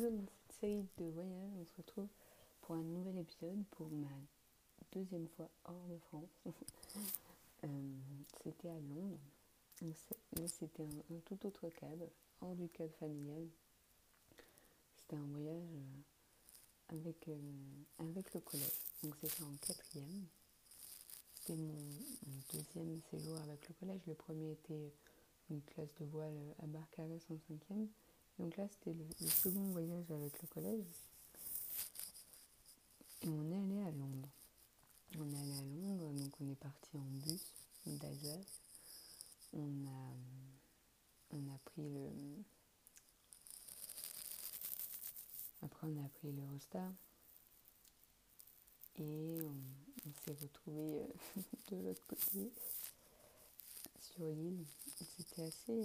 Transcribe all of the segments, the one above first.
toujours dans cette série de voyages. On se retrouve pour un nouvel épisode pour ma deuxième fois hors de France. C'était à Londres. Là, c'était un tout autre cadre, hors du cadre familial. C'était un voyage avec le collège. Donc c'était en quatrième. C'était mon deuxième séjour avec le collège. Le premier était une classe de voile à Barcarès en cinquième. Donc là, c'était le second voyage avec le collège. Et on est allé à Londres. On est allé à Londres, donc on est parti en bus d'Alsace. On a pris le... Après, on a pris l'Eurostar. Et on s'est retrouvés de l'autre côté, sur l'île. C'était assez...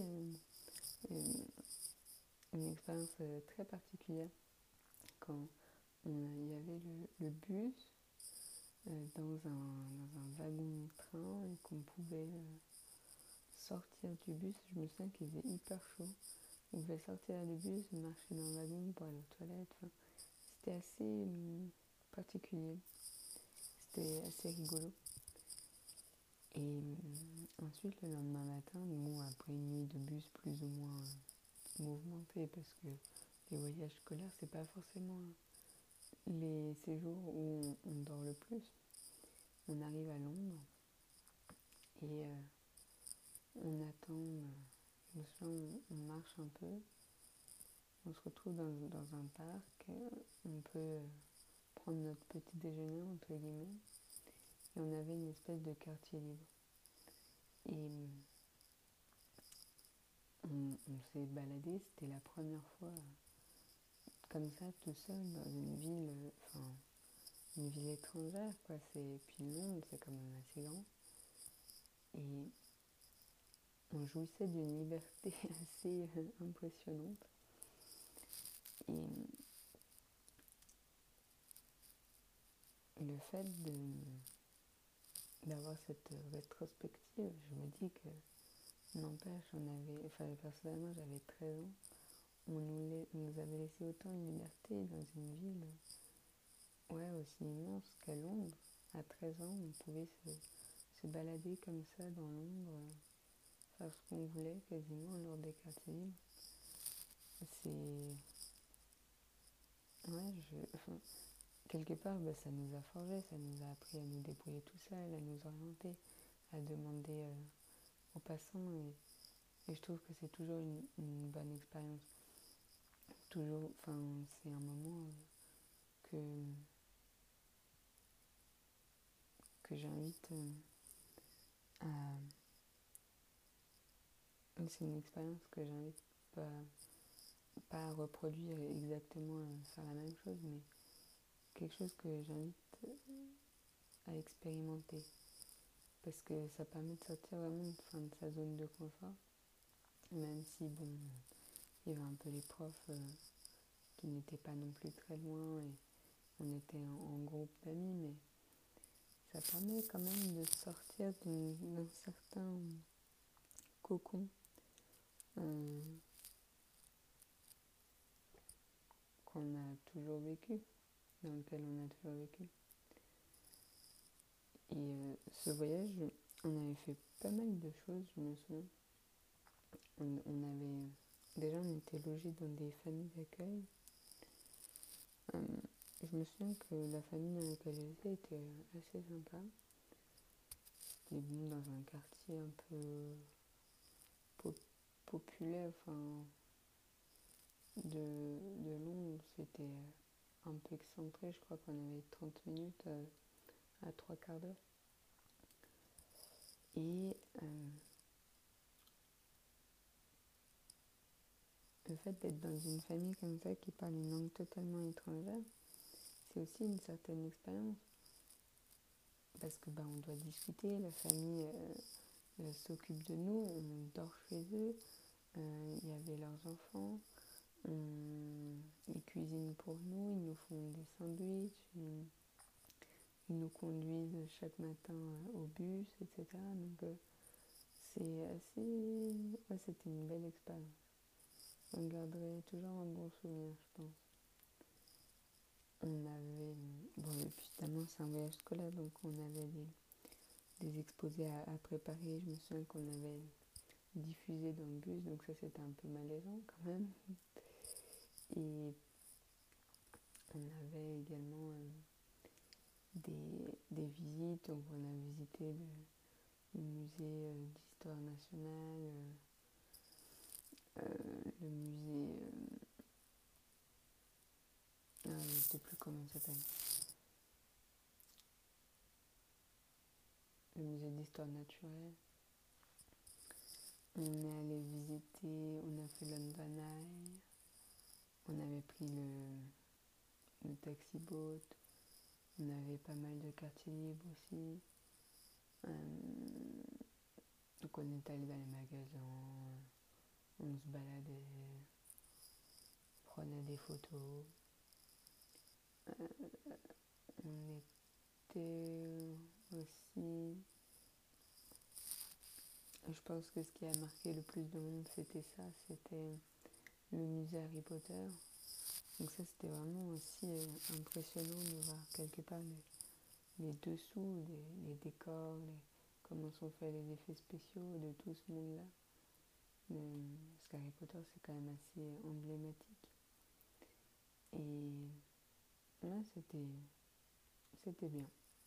une expérience très particulière. Quand il y avait le bus dans un wagon-train et qu'on pouvait sortir du bus. Je me souviens qu'il faisait hyper chaud. On pouvait sortir du bus, marcher dans le wagon pour aller aux toilettes. Enfin, c'était assez particulier. C'était assez rigolo. Et ensuite, le lendemain matin, après une nuit de bus plus ou moins mouvementée, parce que les voyages scolaires, c'est pas forcément les séjours où on dort le plus. On arrive à Londres et on attend, je me souviens, on marche un peu, on se retrouve dans un parc, on peut prendre notre petit déjeuner, entre guillemets, et on avait une espèce de quartier libre. Et on s'est baladé, c'était la première fois comme ça, tout seul, dans une ville étrangère, quoi. Puis Londres, c'est quand même assez grand. Et on jouissait d'une liberté assez impressionnante. Et le fait d'avoir cette rétrospective, je me dis que, n'empêche, personnellement, j'avais 13 ans, on nous avait laissé autant de liberté dans une ville aussi immense qu'à Londres. À 13 ans, on pouvait se balader comme ça dans Londres, faire ce qu'on voulait quasiment lors des quartiers libres. C'est... quelque part, ça nous a forgé, ça nous a appris à nous débrouiller tout seul, à nous orienter, à demander aux passants. Et je trouve que c'est toujours une bonne expérience. Toujours, c'est un moment que j'invite à... C'est une expérience que j'invite pas à reproduire exactement, faire la même chose, mais quelque chose que j'invite à expérimenter. Parce que ça permet de sortir vraiment de sa zone de confort. Même si, il y avait un peu les profs qui n'étaient pas non plus très loin et on était en groupe d'amis, mais ça permet quand même de sortir d'un certain cocon qu'on a toujours vécu, dans lequel on a toujours vécu. Et ce voyage, on avait fait pas mal de choses, je me souviens. Déjà, on était logés dans des familles d'accueil. Je me souviens que la famille dans laquelle j'étais était assez sympa. C'était dans un quartier un peu populaire, de Londres. C'était un peu excentré, je crois qu'on avait 30 minutes à 3/4 d'heure. Et le fait d'être dans une famille comme ça qui parle une langue totalement étrangère, c'est aussi une certaine expérience. Parce que on doit discuter, la famille s'occupe de nous, on dort chez eux, il y avait leurs enfants, ils cuisinent pour nous, ils nous font des sandwichs, ils nous conduisent chaque matin au bus, etc. Donc c'est assez... c'était une belle expérience. On garderait toujours un bon souvenir, je pense. on avait, bon évidemment c'est un voyage scolaire, donc on avait des exposés à préparer. Je me souviens qu'on avait diffusé dans le bus, donc ça c'était un peu malaisant quand même. Et on avait également des visites, donc on a visité le musée d'histoire nationale, le musée, je ne sais plus comment ça s'appelle, le musée d'histoire naturelle. On est allé visiter, on a fait London Eye, on avait pris le taxi boat, on avait pas mal de quartiers libres aussi. Donc on est allé dans les magasins, on se baladait, prenait des photos. On était aussi... Je pense que ce qui a marqué le plus de monde, c'était ça, c'était le musée Harry Potter. Donc ça, c'était vraiment aussi impressionnant de voir quelque part les dessous, les décors, comment sont faits les effets spéciaux de tout ce monde-là. Parce qu'Harry Potter, c'est quand même assez emblématique. Et là, c'était bien.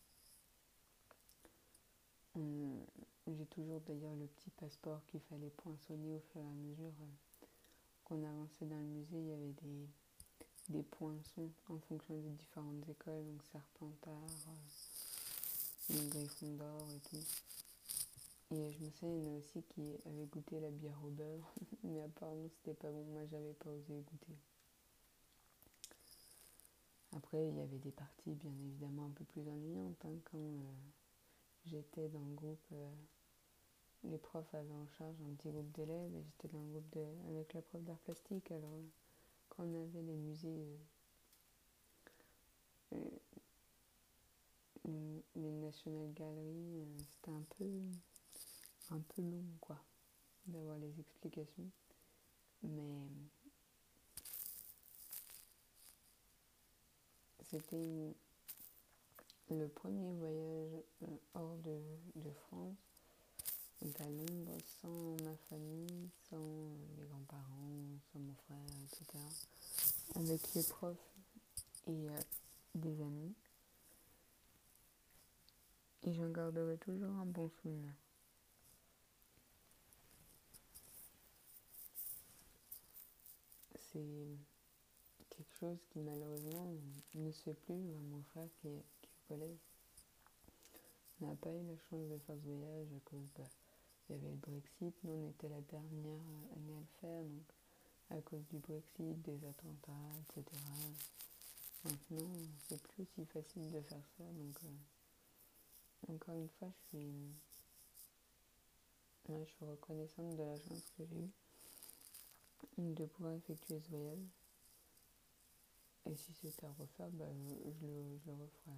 J'ai toujours d'ailleurs le petit passeport qu'il fallait poinçonner au fur et à mesure qu'on avançait dans le musée. Il y avait des poinçons en fonction des différentes écoles, donc Serpentard, Gryffondor et tout. Et je me souviens, il y en a aussi qui avaient goûté la bière au beurre, mais apparemment c'était pas bon, moi j'avais pas osé goûter. Après, il y avait des parties bien évidemment un peu plus ennuyantes, hein, quand j'étais dans le groupe, les profs avaient en charge un petit groupe d'élèves et j'étais dans le groupe avec la prof d'art plastique. Alors quand on avait les musées, les National Gallery, c'était un peu long quoi, d'avoir les explications. Mais c'était le premier voyage hors de France, donc à Londres, sans ma famille, sans mes grands-parents, sans mon frère, etc. Avec les profs et des amis. Et j'en garderai toujours un bon souvenir. C'est quelque chose qui malheureusement ne se fait plus. Mon frère qui est au collège n'a pas eu la chance de faire ce voyage à cause, il y avait le Brexit. Nous on était la dernière année à le faire, donc à cause du Brexit, des attentats, etc. Maintenant c'est plus aussi facile de faire ça, donc encore une fois je suis reconnaissante de la chance que j'ai eue de pouvoir effectuer ce voyage. Et si c'était à refaire, je le referais.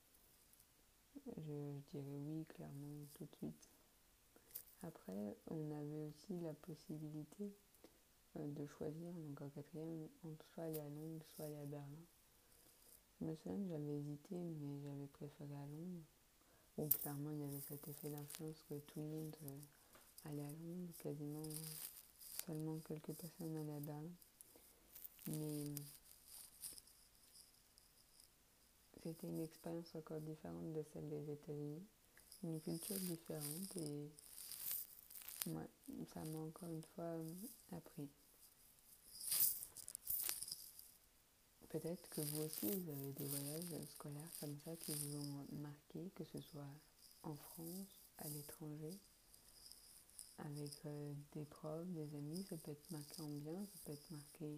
Je dirais oui, clairement, tout de suite. Après, on avait aussi la possibilité de choisir, donc en quatrième, entre soit aller à Londres, soit aller à Berlin. Je me souviens que j'avais hésité, mais j'avais préféré à Londres. Bon, clairement, il y avait cet effet d'influence que tout le monde allait à Londres, quasiment seulement quelques personnes allaient à Berlin. Mais c'était une expérience encore différente de celle des États-Unis, une culture différente et ouais, ça m'a encore une fois appris. Peut-être que vous aussi, vous avez des voyages scolaires comme ça qui vous ont marqué, que ce soit en France, à l'étranger, avec des profs, des amis. Ça peut être marqué en bien, ça peut être marqué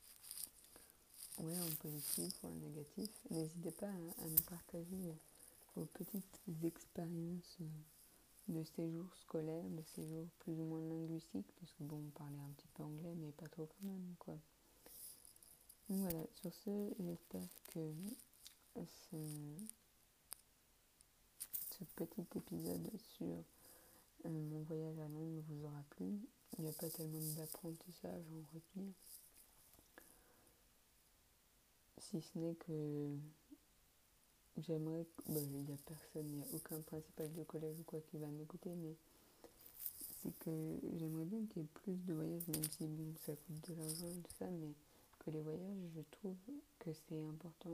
en positif ou en négatif. N'hésitez pas à me partager vos petites expériences de séjour scolaire, de séjour plus ou moins linguistique, parce que bon, on parlait un petit peu anglais, mais pas trop quand même, quoi. Donc voilà, sur ce, j'espère que ce petit épisode sur mon voyage à Londres vous aura plu. Il n'y a pas tellement d'apprentissage à en retenir. Si ce n'est que j'aimerais, il n'y a personne, il n'y a aucun principal de collège ou quoi qui va m'écouter, mais c'est que j'aimerais bien qu'il y ait plus de voyages, même si bon, ça coûte de l'argent et tout ça, mais que les voyages, je trouve que c'est important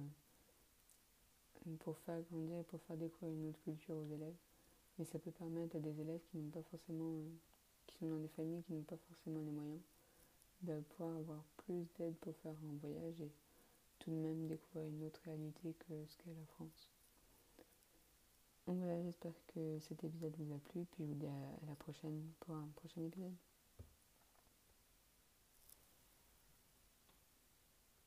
pour faire grandir et pour faire découvrir une autre culture aux élèves. Mais ça peut permettre à des élèves qui n'ont pas forcément, qui sont dans des familles qui n'ont pas forcément les moyens, de pouvoir avoir plus d'aide pour faire un voyage et tout de même découvrir une autre réalité que ce qu'est la France. Donc voilà, j'espère que cet épisode vous a plu, puis je vous dis à la prochaine pour un prochain épisode.